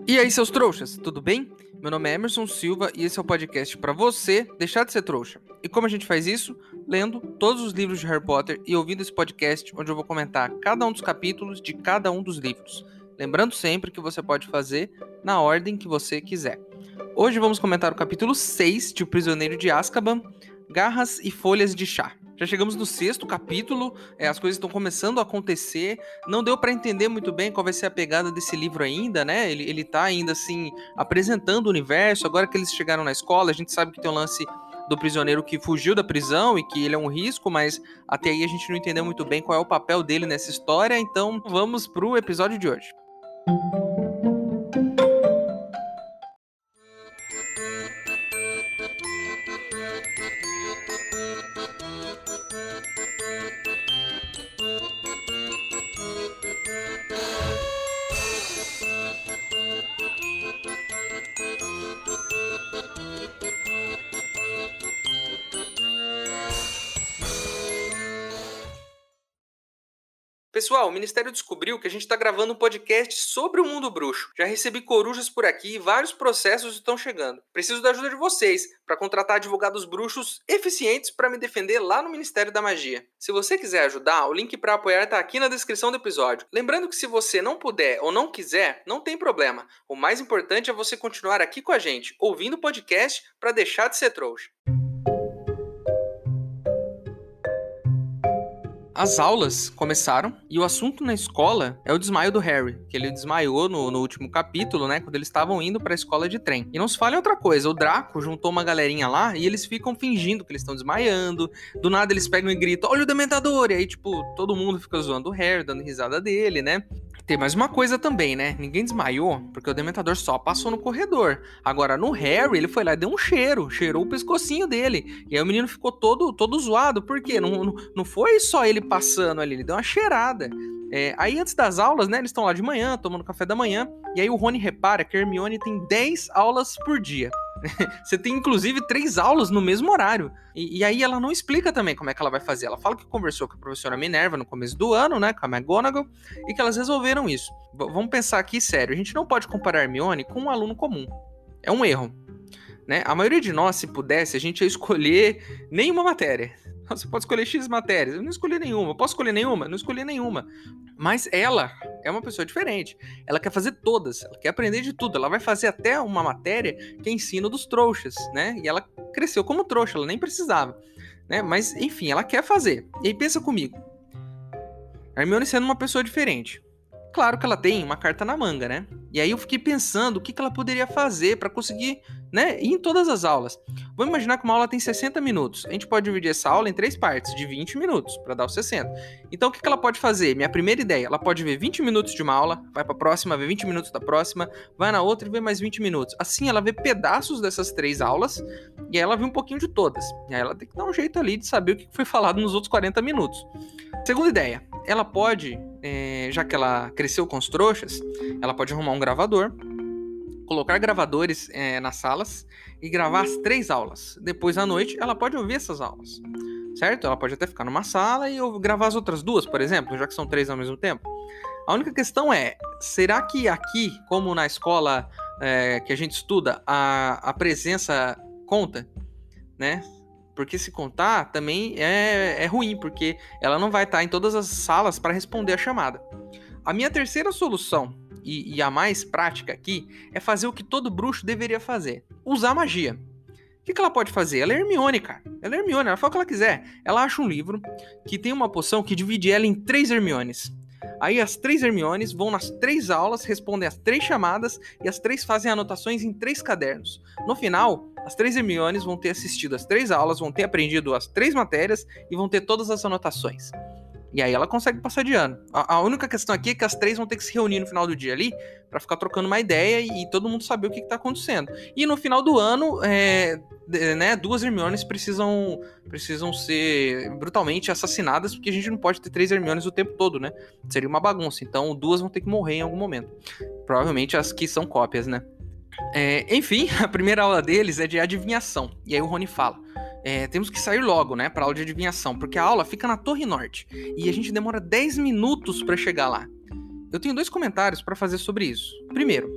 E aí, seus trouxas, tudo bem? Meu nome é Emerson Silva e esse é o podcast para você deixar de ser trouxa. E como a gente faz isso? Lendo todos os livros de Harry Potter e ouvindo esse podcast onde eu vou comentar cada um dos capítulos de cada um dos livros. Lembrando sempre que você pode fazer na ordem que você quiser. Hoje vamos comentar o capítulo 6 de O Prisioneiro de Azkaban, Garras e Folhas de Chá. Já chegamos no sexto capítulo, as coisas estão começando a acontecer, não deu para entender muito bem qual vai ser a pegada desse livro ainda, né? Ele tá ainda assim, apresentando o universo. Agora que eles chegaram na escola, a gente sabe que tem o lance do prisioneiro que fugiu da prisão e que ele é um risco, mas até aí a gente não entendeu muito bem qual é o papel dele nessa história, então vamos pro episódio de hoje. Pessoal, o Ministério descobriu que a gente está gravando um podcast sobre o mundo bruxo. Já recebi corujas por aqui e vários processos estão chegando. Preciso da ajuda de vocês para contratar advogados bruxos eficientes para me defender lá no Ministério da Magia. Se você quiser ajudar, o link para apoiar está aqui na descrição do episódio. Lembrando que se você não puder ou não quiser, não tem problema. O mais importante é você continuar aqui com a gente, ouvindo o podcast para deixar de ser trouxa. As aulas começaram e o assunto na escola é o desmaio do Harry, que ele desmaiou no último capítulo, né, quando eles estavam indo pra escola de trem. E não se fala em outra coisa, o Draco juntou uma galerinha lá e eles ficam fingindo que eles estão desmaiando, do nada eles pegam e gritam, olha o Dementador, e aí, tipo, todo mundo fica zoando o Harry, dando risada dele, né. Tem mais uma coisa também, né? Ninguém desmaiou porque o Dementador só passou no corredor. Agora, no Harry, ele foi lá e deu um cheirou o pescocinho dele. E aí o menino ficou todo zoado. Por quê? Não foi só ele passando ali, ele deu uma cheirada. Aí antes das aulas, né, eles estão lá de manhã, tomando café da manhã. E aí o Rony repara que a Hermione tem 10 aulas por dia. Você tem, inclusive, 3 aulas no mesmo horário. E aí ela não explica também como é que ela vai fazer. Ela fala que conversou com a professora Minerva no começo do ano, né, com a McGonagall, e que elas resolveram isso. Vamos pensar aqui sério. A gente não pode comparar a Hermione com um aluno comum. É um erro, né? A maioria de nós, se pudesse, a gente ia escolher nenhuma matéria. Você pode escolher X matérias. Eu não escolhi nenhuma. Eu posso escolher nenhuma? Não escolhi nenhuma. Mas ela é uma pessoa diferente. Ela quer fazer todas. Ela quer aprender de tudo. Ela vai fazer até uma matéria que é ensino dos trouxas, né? E ela cresceu como trouxa. Ela nem precisava, né? Mas, enfim, ela quer fazer. E aí pensa comigo. A Hermione sendo uma pessoa diferente. Claro que ela tem uma carta na manga, né? E aí eu fiquei pensando o que ela poderia fazer para conseguir, né, ir em todas as aulas. Vamos imaginar que uma aula tem 60 minutos. A gente pode dividir essa aula em 3 partes, de 20 minutos, para dar os 60. Então o que ela pode fazer? Minha primeira ideia, ela pode ver 20 minutos de uma aula, vai para a próxima, vê 20 minutos da próxima, vai na outra e vê mais 20 minutos. Assim ela vê pedaços dessas 3 aulas e aí ela vê um pouquinho de todas. E aí ela tem que dar um jeito ali de saber o que foi falado nos outros 40 minutos. Segunda ideia, ela pode, já que ela cresceu com os trouxas, ela pode arrumar um gravador, colocar gravadores nas salas e gravar as 3 aulas. Depois, à noite, ela pode ouvir essas aulas, certo? Ela pode até ficar numa sala e gravar as outras 2, por exemplo, já que são 3 ao mesmo tempo. A única questão é, será que aqui, como na escola que a gente estuda, a presença conta, né? Porque se contar, também é ruim, porque ela não vai estar em todas as salas para responder a chamada. A minha terceira solução, e a mais prática aqui, é fazer o que todo bruxo deveria fazer. Usar magia. O que ela pode fazer? Ela é Hermione, cara. Ela é Hermione, ela fala o que ela quiser. Ela acha um livro que tem uma poção que divide ela em 3 Hermiones. Aí as 3 Hermiones vão nas 3 aulas, respondem as 3 chamadas e as 3 fazem anotações em 3 cadernos. No final, as 3 Hermiones vão ter assistido as 3 aulas, vão ter aprendido as 3 matérias e vão ter todas as anotações. E aí ela consegue passar de ano. A única questão aqui é que as 3 vão ter que se reunir no final do dia ali pra ficar trocando uma ideia e todo mundo saber o que tá acontecendo. E no final do ano, né, 2 Hermiones precisam ser brutalmente assassinadas, porque a gente não pode ter 3 Hermiones o tempo todo, né? Seria uma bagunça. Então 2 vão ter que morrer em algum momento. Provavelmente as que são cópias, né? Enfim, a primeira aula deles é de adivinhação. E aí o Rony fala... temos que sair logo, né, pra aula de adivinhação, porque a aula fica na Torre Norte e a gente demora 10 minutos pra chegar lá. Eu tenho 2 comentários pra fazer sobre isso. Primeiro,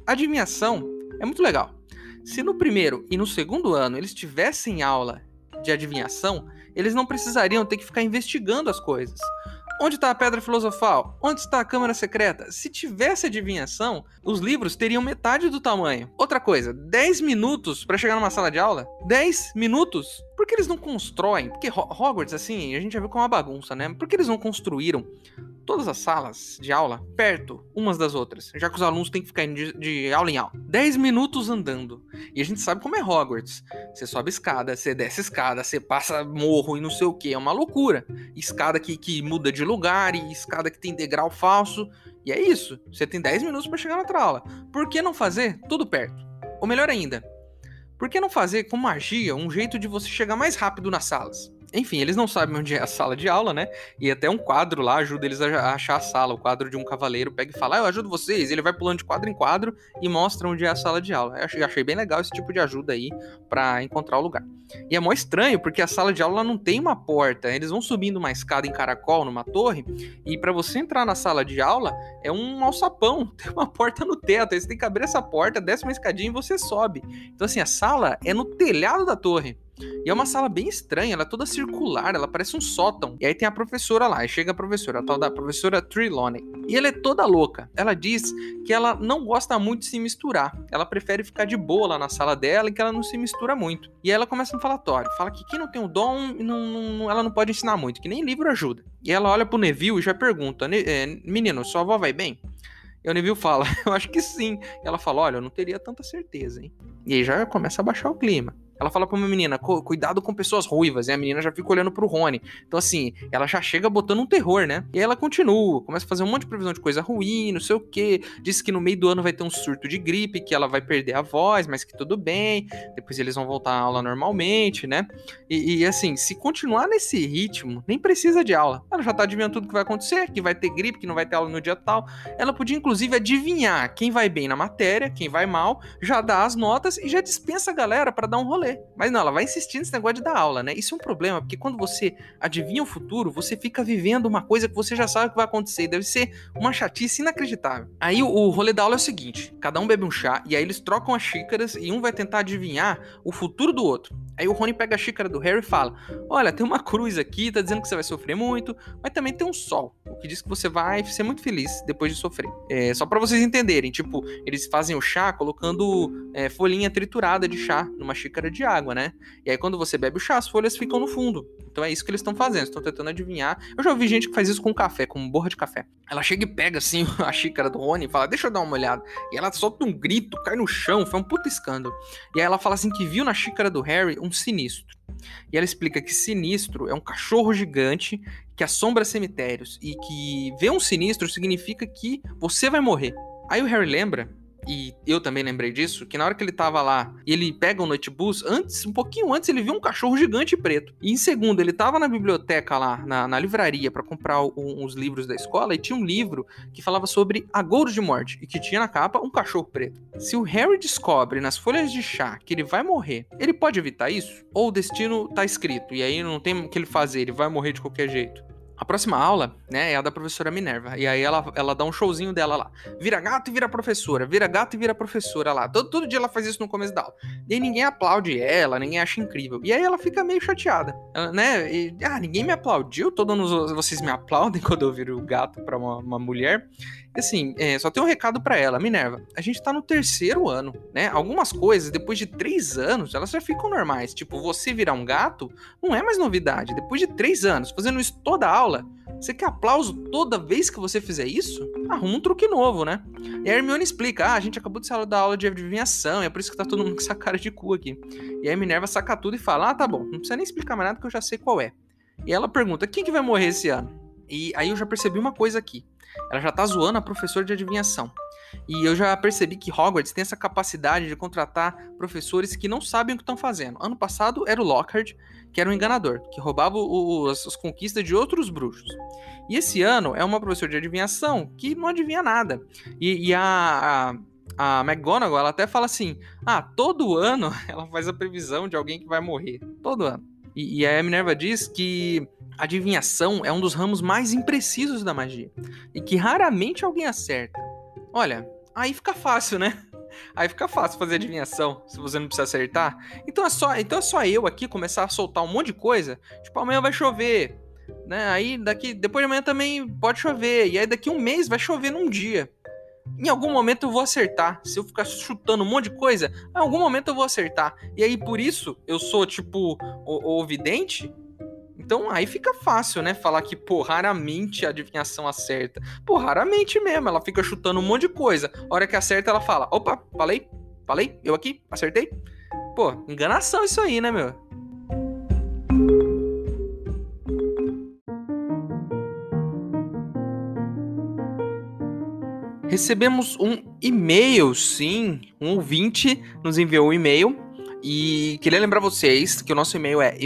adivinhação é muito legal. Se no primeiro e no segundo ano eles tivessem aula de adivinhação, eles não precisariam ter que ficar investigando as coisas. Onde está a pedra filosofal? Onde está a câmara secreta? Se tivesse adivinhação, os livros teriam metade do tamanho. Outra coisa, 10 minutos para chegar numa sala de aula? 10 minutos? Por que eles não constroem? Porque Hogwarts, assim, a gente já viu como uma bagunça, né? Por que eles não construíram todas as salas de aula perto umas das outras, já que os alunos têm que ficar indo de aula em aula? 10 minutos andando. E a gente sabe como é Hogwarts. Você sobe escada, você desce escada, você passa morro e não sei o que. É uma loucura. Escada que muda de lugar e escada que tem degrau falso. E é isso. Você tem 10 minutos para chegar na outra aula. Por que não fazer tudo perto? Ou melhor ainda, por que não fazer com magia um jeito de você chegar mais rápido nas salas? Enfim, eles não sabem onde é a sala de aula, né? E até um quadro lá ajuda eles a achar a sala. O quadro de um cavaleiro pega e fala, eu ajudo vocês. Ele vai pulando de quadro em quadro e mostra onde é a sala de aula. Eu achei bem legal esse tipo de ajuda aí pra encontrar o lugar. E é mó estranho, porque a sala de aula não tem uma porta. Eles vão subindo uma escada em caracol, numa torre, e pra você entrar na sala de aula, é um alçapão. Tem uma porta no teto. Aí você tem que abrir essa porta, desce uma escadinha e você sobe. Então assim, a sala é no telhado da torre. E é uma sala bem estranha, ela é toda circular, ela parece um sótão. E aí tem a professora lá, e chega a professora, a tal da professora Trelawney. E ela é toda louca. Ela diz que ela não gosta muito de se misturar. Ela prefere ficar de boa lá na sala dela e que ela não se mistura muito. E aí ela começa um falatório, fala que quem não tem o dom, ela não pode ensinar muito, que nem livro ajuda. E ela olha pro Neville e já pergunta, menino, sua avó vai bem? E o Neville fala, eu acho que sim. E ela fala, olha, eu não teria tanta certeza, hein? E aí já começa a baixar o clima. Ela fala pra uma menina, cuidado com pessoas ruivas, e a menina já fica olhando pro Rony. Então assim, ela já chega botando um terror, né? E aí ela continua, começa a fazer um monte de previsão de coisa ruim, não sei o quê. Diz que no meio do ano vai ter um surto de gripe, que ela vai perder a voz, mas que tudo bem. Depois eles vão voltar à aula normalmente, né? E assim, se continuar nesse ritmo, nem precisa de aula. Ela já tá adivinhando tudo que vai acontecer, que vai ter gripe, que não vai ter aula no dia tal. Ela podia inclusive adivinhar quem vai bem na matéria, quem vai mal, já dá as notas e já dispensa a galera pra dar um rolê. Mas não, ela vai insistir nesse negócio de dar aula, né? Isso é um problema, porque quando você adivinha o futuro, você fica vivendo uma coisa que você já sabe que vai acontecer. Deve ser uma chatice inacreditável. Aí o rolê da aula é o seguinte, cada um bebe um chá, e aí eles trocam as xícaras, e um vai tentar adivinhar o futuro do outro. Aí o Rony pega a xícara do Harry e fala, olha, tem uma cruz aqui, tá dizendo que você vai sofrer muito, mas também tem um sol, o que diz que você vai ser muito feliz depois de sofrer. Só pra vocês entenderem, tipo, eles fazem o chá colocando folhinha triturada de chá numa xícara de água, né? E aí quando você bebe o chá, as folhas ficam no fundo. Então é isso que eles estão fazendo, estão tentando adivinhar. Eu já ouvi gente que faz isso com café, com borra de café. Ela chega e pega assim a xícara do Rony e fala, deixa eu dar uma olhada. E ela solta um grito, cai no chão, foi um puta escândalo. E aí ela fala assim que viu na xícara do Harry um sinistro. E ela explica que sinistro é um cachorro gigante que assombra cemitérios e que ver um sinistro significa que você vai morrer. Aí o Harry lembra, e eu também lembrei disso, que na hora que ele tava lá e ele pega o Noitebus, um pouquinho antes ele viu um cachorro gigante preto. E em segundo, ele tava na biblioteca lá, na livraria, pra comprar uns livros da escola, e tinha um livro que falava sobre agouros de morte, e que tinha na capa um cachorro preto. Se o Harry descobre nas folhas de chá que ele vai morrer, ele pode evitar isso? Ou o destino tá escrito, e aí não tem o que ele fazer, ele vai morrer de qualquer jeito? A próxima aula, né, é a da professora Minerva. E aí ela dá um showzinho dela lá. Vira gato e vira professora. Vira gato e vira professora lá. Todo dia ela faz isso no começo da aula. E aí ninguém aplaude ela, ninguém acha incrível. E aí ela fica meio chateada. Ela, né? Ninguém me aplaudiu. Todos vocês me aplaudem quando eu viro gato pra uma mulher. E assim, só tem um recado pra ela. Minerva, a gente tá no 3º ano, né? Algumas coisas, depois de 3 anos, elas já ficam normais. Tipo, você virar um gato não é mais novidade. Depois de 3 anos, fazendo isso toda a aula, você quer aplauso toda vez que você fizer isso? Arruma um truque novo, né? E a Hermione explica, a gente acabou de sair da aula de adivinhação, é por isso que tá todo mundo com essa cara de cu aqui. E aí a Minerva saca tudo e fala, tá bom, não precisa nem explicar mais nada que eu já sei qual é. E ela pergunta, quem que vai morrer esse ano? E aí eu já percebi uma coisa aqui. Ela já tá zoando a professora de adivinhação. E eu já percebi que Hogwarts tem essa capacidade de contratar professores que não sabem o que estão fazendo. Ano passado era o Lockhart, que era um enganador, que roubava as conquistas de outros bruxos. E esse ano é uma professora de adivinhação que não adivinha nada. E a McGonagall, ela até fala assim, todo ano ela faz a previsão de alguém que vai morrer. Todo ano. E a Minerva diz que a adivinhação é um dos ramos mais imprecisos da magia. E que raramente alguém acerta. Olha, aí fica fácil, né? Aí fica fácil fazer adivinhação, se você não precisa acertar. Então é só eu aqui começar a soltar um monte de coisa. Tipo, amanhã vai chover, né? Aí depois de amanhã também pode chover. E aí daqui um mês vai chover num dia. Em algum momento eu vou acertar. Se eu ficar chutando um monte de coisa, em algum momento eu vou acertar. E aí por isso eu sou tipo o vidente. Então aí fica fácil, né? Falar que, pô, raramente a adivinhação acerta. Pô, raramente mesmo. Ela fica chutando um monte de coisa. A hora que acerta, ela fala: opa, falei, eu aqui, acertei. Pô, enganação isso aí, né, meu? Recebemos um e-mail, sim. Um ouvinte nos enviou um e-mail. E queria lembrar vocês que o nosso e-mail é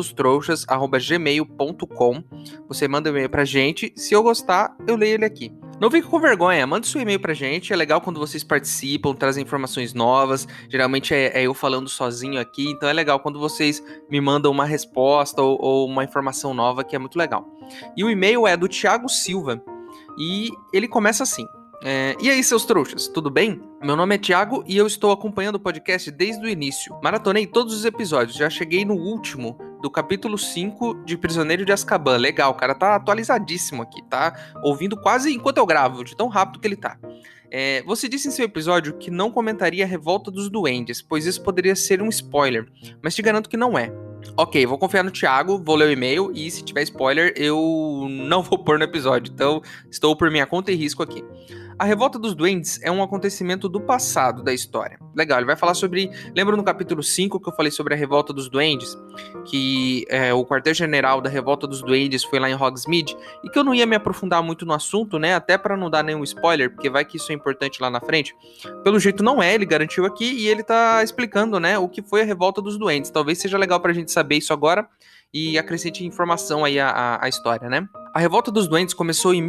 e-maildostrouxas@gmail.com. Você manda um e-mail pra gente. Se eu gostar, eu leio ele aqui. Não fique com vergonha, manda seu e-mail pra gente. É legal quando vocês participam, trazem informações novas. Geralmente é eu falando sozinho aqui. Então é legal quando vocês me mandam uma resposta ou uma informação nova, que é muito legal. E o e-mail é do Thiago Silva. E ele começa assim. E aí, seus trouxas, tudo bem? Meu nome é Thiago e eu estou acompanhando o podcast desde o início. Maratonei todos os episódios, já cheguei no último, do capítulo 5 de Prisioneiro de Azkaban. Legal, o cara tá atualizadíssimo aqui, tá ouvindo quase enquanto eu gravo, de tão rápido que ele tá. Você disse em seu episódio que não comentaria a Revolta dos Duendes, pois isso poderia ser um spoiler, mas te garanto que não é. Ok, vou confiar no Thiago, vou ler o e-mail e se tiver spoiler eu não vou pôr no episódio, então estou por minha conta e risco aqui. A Revolta dos Duendes é um acontecimento do passado da história. Legal, ele vai falar sobre... Lembra no capítulo 5 que eu falei sobre a Revolta dos Duendes? Que o quartel-general da Revolta dos Duendes foi lá em Hogsmeade? E que eu não ia me aprofundar muito no assunto, né? Até para não dar nenhum spoiler, porque vai que isso é importante lá na frente. Pelo jeito não é, ele garantiu aqui e ele tá explicando, né, o que foi a Revolta dos Duendes. Talvez seja legal pra gente saber isso agora e acrescente informação aí à história, né? A Revolta dos Duendes começou em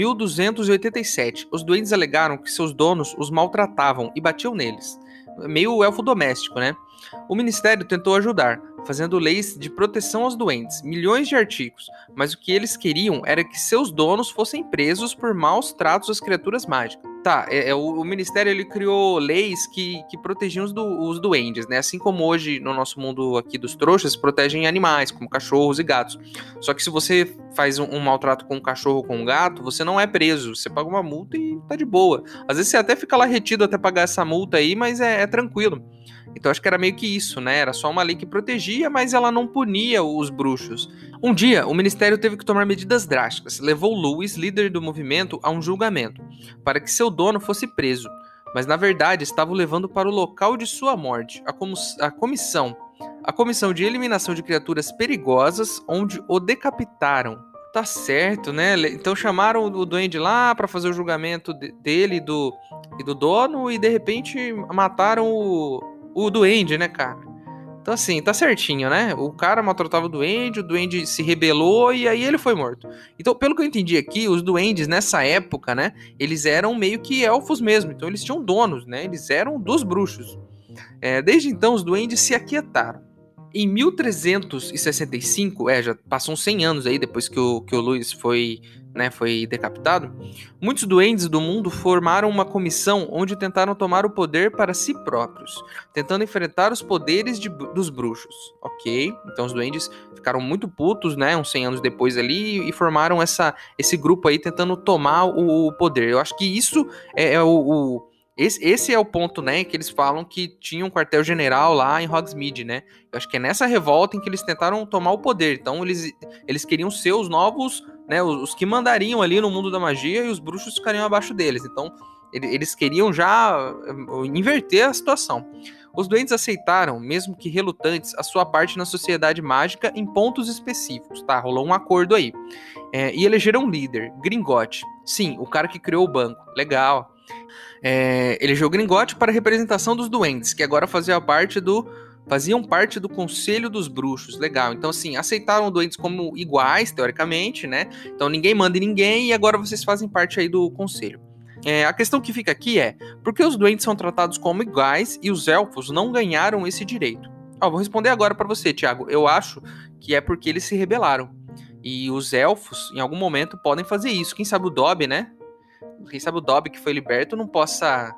1287. Os duendes alegaram que seus donos os maltratavam e batiam neles. Meio elfo doméstico, né? O ministério tentou ajudar, fazendo leis de proteção aos duendes, milhões de artigos, mas o que eles queriam era que seus donos fossem presos por maus tratos às criaturas mágicas. Tá, o ministério ele criou leis que protegiam os duendes, né? Assim como hoje no nosso mundo aqui dos trouxas protegem animais, como cachorros e gatos. Só que se você faz um maltrato com um cachorro ou com um gato, você não é preso, você paga uma multa e tá de boa. Às vezes você até fica lá retido até pagar essa multa aí, mas é tranquilo. Então acho que era meio que isso, né? Era só uma lei que protegia, mas ela não punia os bruxos. Um dia, o ministério teve que tomar medidas drásticas. Levou Lewis, líder do movimento, a um julgamento, para que seu dono fosse preso. Mas na verdade estava o levando para o local de sua morte, a comissão de eliminação de criaturas perigosas, onde o decapitaram. Tá certo, né? Então chamaram o duende lá para fazer o julgamento dele e do dono e de repente mataram o duende, né, cara? Então, assim, tá certinho, né? O cara maltratava o duende se rebelou e aí ele foi morto. Então, pelo que eu entendi aqui, os duendes nessa época, né? Eles eram meio que elfos mesmo. Então, eles tinham donos, né? Eles eram dos bruxos. Desde então, os duendes se aquietaram. Em 1365, já passam 100 anos aí depois que o Lewis foi decapitado, muitos duendes do mundo formaram uma comissão onde tentaram tomar o poder para si próprios, tentando enfrentar os poderes dos bruxos. Ok, então os duendes ficaram muito putos, né, uns 100 anos depois ali, e formaram esse grupo aí tentando tomar o poder. Eu acho que isso esse é o ponto, né, que eles falam que tinha um quartel-general lá em Hogsmeade, né? Eu acho que é nessa revolta em que eles tentaram tomar o poder. Então eles queriam ser os novos, né, os que mandariam ali no mundo da magia e os bruxos ficariam abaixo deles. Então eles queriam já inverter a situação. Os duendes aceitaram, mesmo que relutantes, a sua parte na sociedade mágica em pontos específicos, tá? Rolou um acordo aí. E elegeram um líder, Gringotte. Sim, o cara que criou o banco. Legal. Elegeu Gringotte para a representação dos duendes, que agora faziam parte do Conselho dos Bruxos. Legal. Então, assim, aceitaram os duendes como iguais, teoricamente, né? Então, ninguém manda em ninguém e agora vocês fazem parte aí do Conselho. A questão que fica aqui é, por que os duendes são tratados como iguais e os elfos não ganharam esse direito? Vou responder agora para você, Thiago. Eu acho que é porque eles se rebelaram. E os elfos, em algum momento, podem fazer isso. Quem sabe o Dobby, né? Quem sabe o Dobby que foi liberto não possa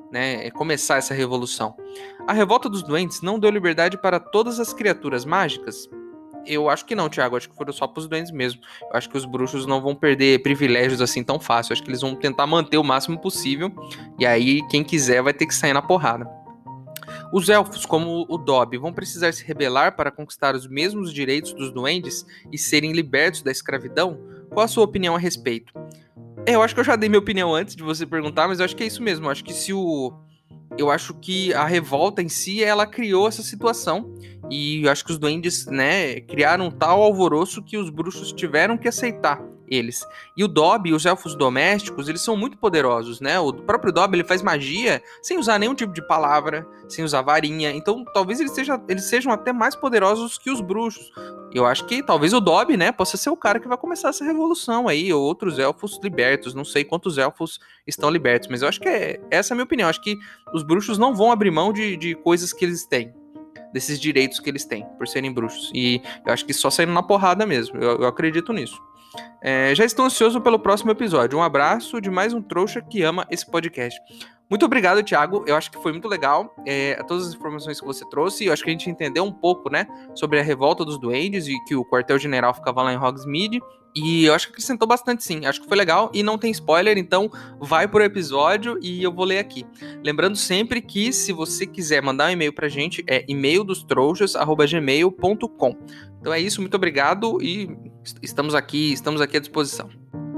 né, começar essa revolução. A revolta dos duendes não deu liberdade para todas as criaturas mágicas? Eu acho que não, Thiago. Acho que foram só pros duendes mesmo. Eu acho que os bruxos não vão perder privilégios assim tão fácil. Eu acho que eles vão tentar manter o máximo possível. E aí, quem quiser vai ter que sair na porrada. Os elfos, como o Dobby, vão precisar se rebelar para conquistar os mesmos direitos dos duendes e serem libertos da escravidão? Qual a sua opinião a respeito? Eu acho que eu já dei minha opinião antes de você perguntar, mas eu acho que é isso mesmo. Eu acho que eu acho que a revolta em si, ela criou essa situação. E eu acho que os duendes, né, criaram um tal alvoroço que os bruxos tiveram que aceitar eles. E o Dobby e os elfos domésticos, eles são muito poderosos, né? O próprio Dobby, ele faz magia sem usar nenhum tipo de palavra, sem usar varinha. Então, talvez eles sejam até mais poderosos que os bruxos. Eu acho que talvez o Dobby, né, possa ser o cara que vai começar essa revolução aí, ou outros elfos libertos. Não sei quantos elfos estão libertos, mas eu acho que essa é a minha opinião. Eu acho que os bruxos não vão abrir mão de coisas que eles têm, desses direitos que eles têm, por serem bruxos. E eu acho que só saindo na porrada mesmo. Eu acredito nisso. Já estou ansioso pelo próximo episódio. Um abraço de mais um trouxa que ama esse podcast. Muito obrigado, Thiago. Eu acho que foi muito legal todas as informações que você trouxe. Eu acho que a gente entendeu um pouco, né, sobre a revolta dos duendes e que o quartel-general ficava lá em Hogsmeade. E eu acho que acrescentou bastante, sim. Acho que foi legal e não tem spoiler, então vai pro episódio e eu vou ler aqui. Lembrando sempre que se você quiser mandar um e-mail pra gente, é e-maildostrouxas@gmail.com. Então é isso, muito obrigado e estamos aqui à disposição.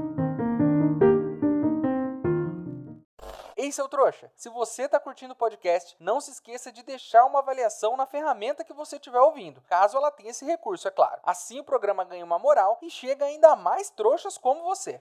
Ei, seu trouxa, se você tá curtindo o podcast, não se esqueça de deixar uma avaliação na ferramenta que você estiver ouvindo, caso ela tenha esse recurso, é claro. Assim o programa ganha uma moral e chega ainda a mais trouxas como você.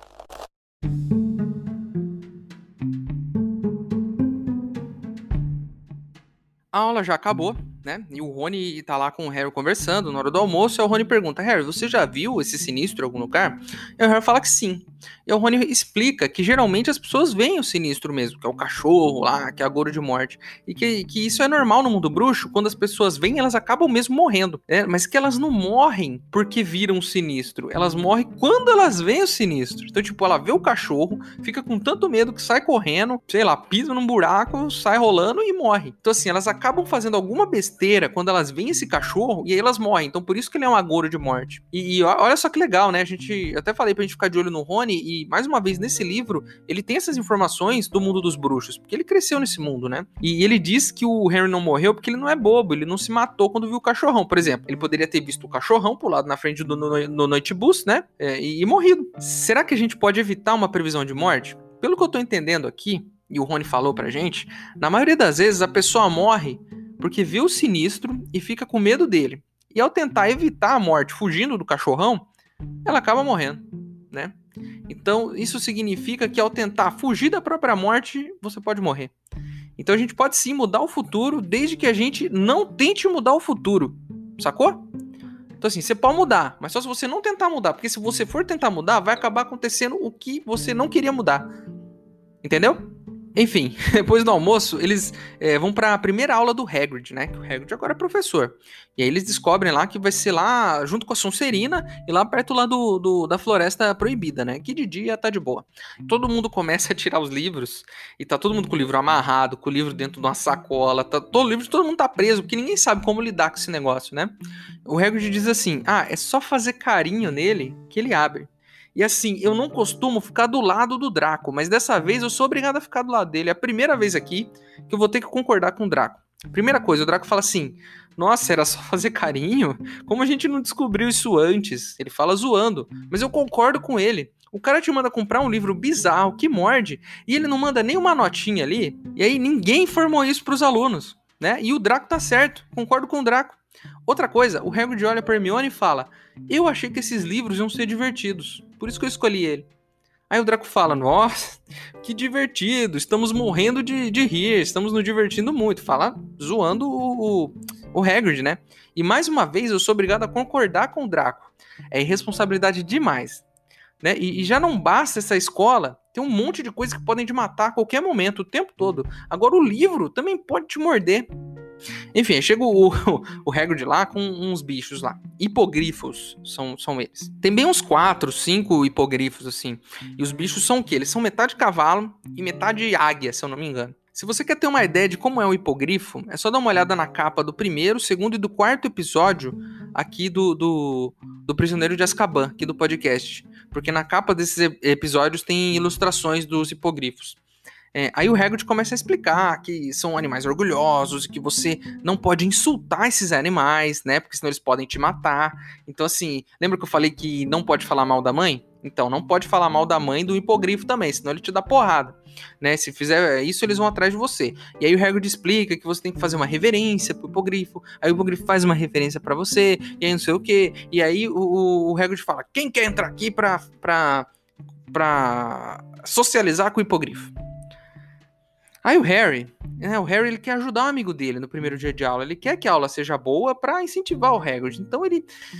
A aula já acabou, né? E o Rony tá lá com o Harry conversando na hora do almoço. E o Rony pergunta: Harry, você já viu esse sinistro em algum lugar? E o Harry fala que sim. E o Rony explica que geralmente as pessoas veem o sinistro mesmo, que é o cachorro lá, que é a Agouro de Morte. E que isso é normal no mundo bruxo, quando as pessoas veem, elas acabam mesmo morrendo. Né? Mas que elas não morrem porque viram o sinistro. Elas morrem quando elas veem o sinistro. Então, tipo, ela vê o cachorro, fica com tanto medo que sai correndo, sei lá, pisa num buraco, sai rolando e morre. Então, assim, elas acabam fazendo alguma besteira quando elas veem esse cachorro e aí elas morrem. Então, por isso que ele é um Agouro de Morte. E olha só que legal, né? Eu até falei pra gente ficar de olho no Rony e, mais uma vez, nesse livro, ele tem essas informações do mundo dos bruxos, porque ele cresceu nesse mundo, né? E ele diz que o Harry não morreu porque ele não é bobo, ele não se matou quando viu o cachorrão, por exemplo. Ele poderia ter visto o cachorrão pulado na frente no Noitebus, né? E morrido. Será que a gente pode evitar uma previsão de morte? Pelo que eu tô entendendo aqui, e o Rony falou pra gente, na maioria das vezes a pessoa morre porque vê o sinistro e fica com medo dele. E ao tentar evitar a morte fugindo do cachorrão, ela acaba morrendo, né? Então, isso significa que ao tentar fugir da própria morte, você pode morrer. Então, a gente pode sim mudar o futuro, desde que a gente não tente mudar o futuro. Sacou? Então, assim, você pode mudar, mas só se você não tentar mudar. Porque se você for tentar mudar, vai acabar acontecendo o que você não queria mudar. Entendeu? Enfim, depois do almoço, eles vão para a primeira aula do Hagrid, né? Que o Hagrid agora é professor. E aí eles descobrem lá que vai ser lá, junto com a Sonserina, e lá perto lá da Floresta Proibida, né? Que de dia tá de boa. Todo mundo começa a tirar os livros, e tá todo mundo com o livro amarrado, com o livro dentro de uma sacola, todo mundo tá preso, porque ninguém sabe como lidar com esse negócio, né? O Hagrid diz assim, é só fazer carinho nele que ele abre. E assim, eu não costumo ficar do lado do Draco, mas dessa vez eu sou obrigado a ficar do lado dele. É a primeira vez aqui que eu vou ter que concordar com o Draco. Primeira coisa, o Draco fala assim, nossa, era só fazer carinho? Como a gente não descobriu isso antes? Ele fala zoando, mas eu concordo com ele. O cara te manda comprar um livro bizarro, que morde, e ele não manda nem uma notinha ali, e aí ninguém informou isso pros alunos, né? E o Draco tá certo, concordo com o Draco. Outra coisa, o Hagrid olha pra Hermione e fala, eu achei que esses livros iam ser divertidos, por isso que eu escolhi ele. Aí o Draco fala, nossa, que divertido, estamos morrendo de rir, estamos nos divertindo muito. Fala zoando o Hagrid, né? E mais uma vez eu sou obrigado a concordar com o Draco. É irresponsabilidade demais, né? E já não basta essa escola, tem um monte de coisas que podem te matar a qualquer momento, o tempo todo. Agora o livro também pode te morder. Enfim, chega o Hagrid lá com uns bichos lá. Hipogrifos são eles. Tem bem uns 4, 5 hipogrifos, assim. E os bichos são o quê? Eles são metade cavalo e metade águia, se eu não me engano. Se você quer ter uma ideia de como é o hipogrifo, é só dar uma olhada na capa do primeiro, segundo e do quarto episódio aqui do Prisioneiro de Azkaban, aqui do podcast. Porque na capa desses episódios tem ilustrações dos hipogrifos. Aí o Hagrid começa a explicar que são animais orgulhosos e que você não pode insultar esses animais, né? Porque senão eles podem te matar. Então, assim, lembra que eu falei que não pode falar mal da mãe? Então, não pode falar mal da mãe do hipogrifo também, senão ele te dá porrada, né? Se fizer isso, eles vão atrás de você. E aí o Hagrid explica que você tem que fazer uma reverência pro hipogrifo, aí o hipogrifo faz uma reverência pra você, e aí não sei o quê. E aí o Hagrid fala, quem quer entrar aqui pra socializar com o hipogrifo? Aí o Harry ele quer ajudar um amigo dele no primeiro dia de aula. Ele quer que a aula seja boa pra incentivar o Hagrid. Então ele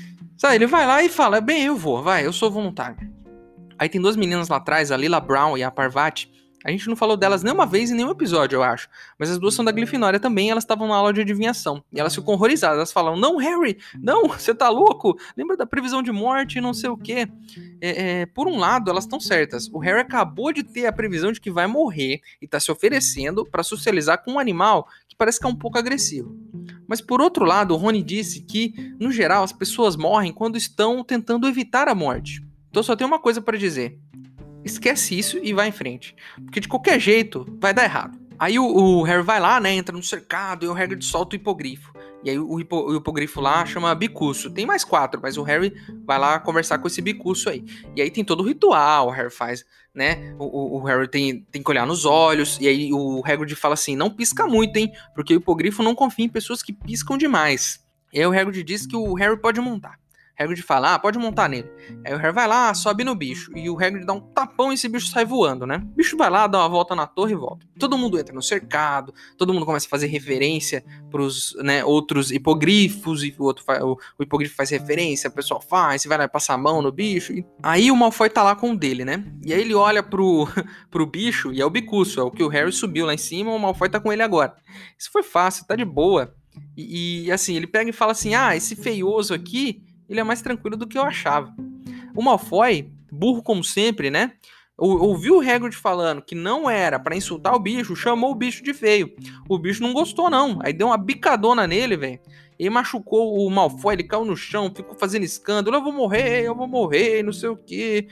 vai lá e fala, bem, eu sou voluntário. Aí tem 2 meninas lá atrás, a Lila Brown e a Parvati. A gente não falou delas nenhuma vez em nenhum episódio, eu acho. Mas as duas são da Grifinória também, e elas estavam na aula de adivinhação. E elas ficam horrorizadas, elas falam, não, Harry, não, você tá louco? Lembra da previsão de morte e não sei o quê. Por um lado, elas estão certas. O Harry acabou de ter a previsão de que vai morrer e tá se oferecendo pra socializar com um animal que parece que é um pouco agressivo. Mas por outro lado, o Rony disse que, no geral, as pessoas morrem quando estão tentando evitar a morte. Então só tem uma coisa pra dizer. Esquece isso e vai em frente. Porque de qualquer jeito, vai dar errado. Aí o Harry vai lá, né? Entra no cercado e o Hagrid solta o hipogrifo. E aí o hipogrifo lá chama Bicuço. Tem mais 4, mas o Harry vai lá conversar com esse Bicuço aí. E aí tem todo o ritual, o Harry faz, né? O Harry tem que olhar nos olhos. E aí o Hagrid fala assim, não pisca muito, hein? Porque o hipogrifo não confia em pessoas que piscam demais. E aí o Hagrid diz que o Harry pode montar. Hagrid fala, pode montar nele. Aí o Harry vai lá, sobe no bicho. E o Hagrid dá um tapão e esse bicho sai voando, né? O bicho vai lá, dá uma volta na torre e volta. Todo mundo entra no cercado, todo mundo começa a fazer referência pros, né, outros hipogrifos. E o hipogrifo faz referência, o pessoal faz, você vai lá passar a mão no bicho. E aí o Malfoy tá lá com o dele, né? E aí ele olha pro bicho e é o Bicuço, é o que o Harry subiu lá em cima, o Malfoy tá com ele agora. Isso foi fácil, tá de boa. E assim, ele pega e fala assim, esse feioso aqui, ele é mais tranquilo do que eu achava. O Malfoy, burro como sempre, né? Ouviu o Hagrid falando que não era pra insultar o bicho, chamou o bicho de feio. O bicho não gostou, não. Aí deu uma bicadona nele, velho. Ele machucou o Malfoy, ele caiu no chão, ficou fazendo escândalo. Eu vou morrer, não sei o quê.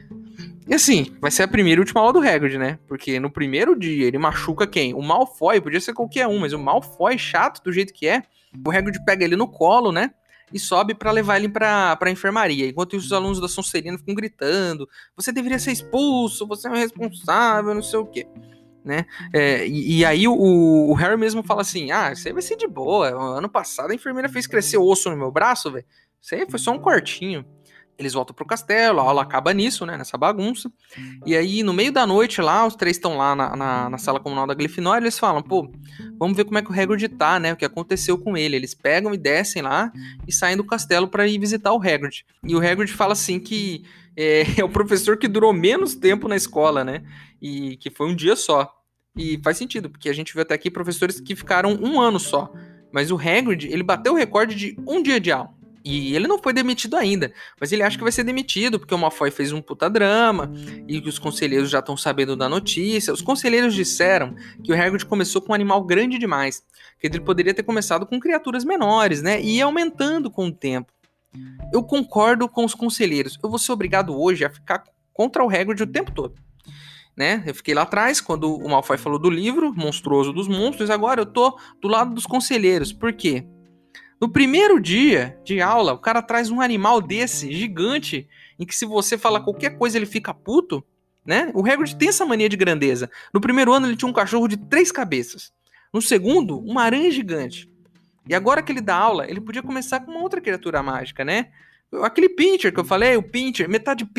E assim, vai ser a primeira e última aula do Hagrid, né? Porque no primeiro dia ele machuca quem? O Malfoy, podia ser qualquer um, mas o Malfoy, chato do jeito que é, o Hagrid pega ele no colo, né? E sobe pra levar ele pra enfermaria. Enquanto isso, os alunos da Sonserina ficam gritando, você deveria ser expulso, você é um irresponsável, não sei o quê. Né? E aí o Harry mesmo fala assim, isso aí vai ser de boa. Ano passado a enfermeira fez crescer osso no meu braço, velho. Isso aí foi só um cortinho. Eles voltam pro castelo, a aula acaba nisso, né? Nessa bagunça. E aí, no meio da noite lá, os 3 estão lá na sala comunal da Grifinória, eles falam, vamos ver como é que o Hagrid tá, né? O que aconteceu com ele. Eles pegam e descem lá e saem do castelo para ir visitar o Hagrid. E o Hagrid fala assim que é o professor que durou menos tempo na escola, né? E que foi um dia só. E faz sentido, porque a gente viu até aqui professores que ficaram 1 ano só. Mas o Hagrid, ele bateu o recorde de 1 dia de aula. E ele não foi demitido ainda, mas ele acha que vai ser demitido, porque o Malfoy fez um puta drama, e que os conselheiros já estão sabendo da notícia. Os conselheiros disseram que o Hagrid começou com um animal grande demais, que ele poderia ter começado com criaturas menores, né, e ir aumentando com o tempo. Eu concordo com os conselheiros, eu vou ser obrigado hoje a ficar contra o Hagrid o tempo todo. Né? Eu fiquei lá atrás, quando o Malfoy falou do livro, Monstruoso dos Monstros, agora eu tô do lado dos conselheiros. Por quê? No primeiro dia de aula, o cara traz um animal desse, gigante, em que se você fala qualquer coisa ele fica puto, né? O Hagrid tem essa mania de grandeza. No primeiro ano ele tinha um cachorro de 3 cabeças. No segundo, uma aranha gigante. E agora que ele dá aula, ele podia começar com uma outra criatura mágica, né? Aquele Pinscher que eu falei, o Pinscher,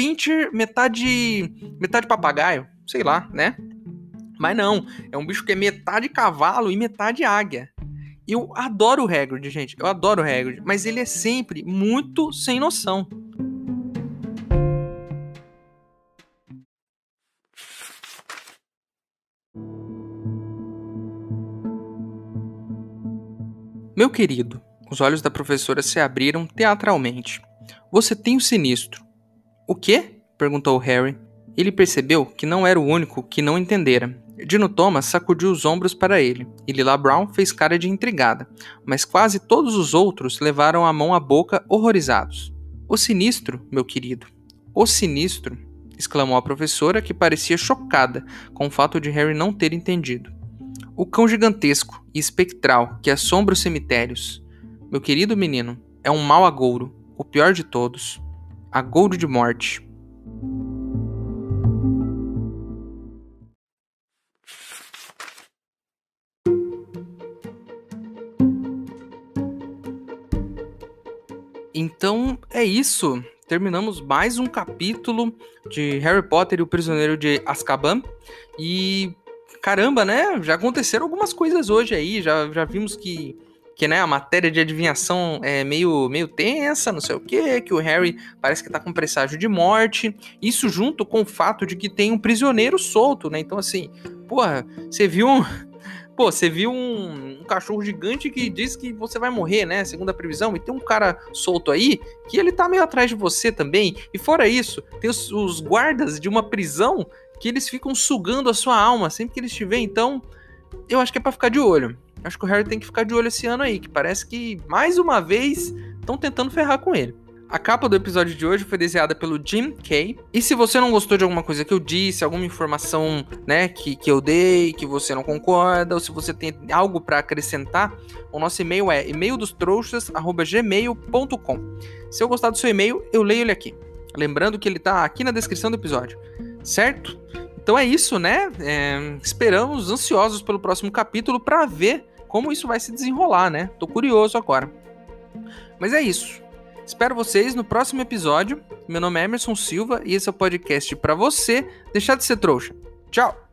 metade papagaio, sei lá, né? Mas não, é um bicho que é metade cavalo e metade águia. Eu adoro o Hagrid, gente. Eu adoro o Hagrid. Mas ele é sempre muito sem noção. Meu querido, os olhos da professora se abriram teatralmente. Você tem o sinistro. O quê? Perguntou Harry. Ele percebeu que não era o único que não entendera. Dino Thomas sacudiu os ombros para ele, e Lila Brown fez cara de intrigada, mas quase todos os outros levaram a mão à boca horrorizados. "O sinistro, meu querido, o sinistro", exclamou a professora, que parecia chocada com o fato de Harry não ter entendido. "O cão gigantesco e espectral que assombra os cemitérios. Meu querido menino, é um mau agouro, o pior de todos. Agouro de morte." Então é isso. Terminamos mais um capítulo de Harry Potter e o Prisioneiro de Azkaban. E caramba, né? Já aconteceram algumas coisas hoje aí. Já vimos que né, a matéria de adivinhação é meio tensa, não sei o quê, que o Harry parece que tá com presságio de morte. Isso junto com o fato de que tem um prisioneiro solto, né? Então, assim, porra, você viu um cachorro gigante que diz que você vai morrer, né? Segundo a previsão. E tem um cara solto aí que ele tá meio atrás de você também. E fora isso, tem os guardas de uma prisão que eles ficam sugando a sua alma sempre que eles te veem. Então, eu acho que é pra ficar de olho. Acho que o Harry tem que ficar de olho esse ano aí, que parece que, mais uma vez, estão tentando ferrar com ele. A capa do episódio de hoje foi desenhada pelo Jim Kay. E se você não gostou de alguma coisa que eu disse, alguma informação, né, que eu dei, que você não concorda, ou se você tem algo para acrescentar, o nosso e-mail é emaildostrouxas@gmail.com. Se eu gostar do seu e-mail, eu leio ele aqui. Lembrando que ele tá aqui na descrição do episódio, certo? Então é isso, né? Esperamos ansiosos pelo próximo capítulo para ver como isso vai se desenrolar, né? Tô curioso agora. Mas é isso. Espero vocês no próximo episódio. Meu nome é Emerson Silva e esse é o podcast para você deixar de ser trouxa. Tchau!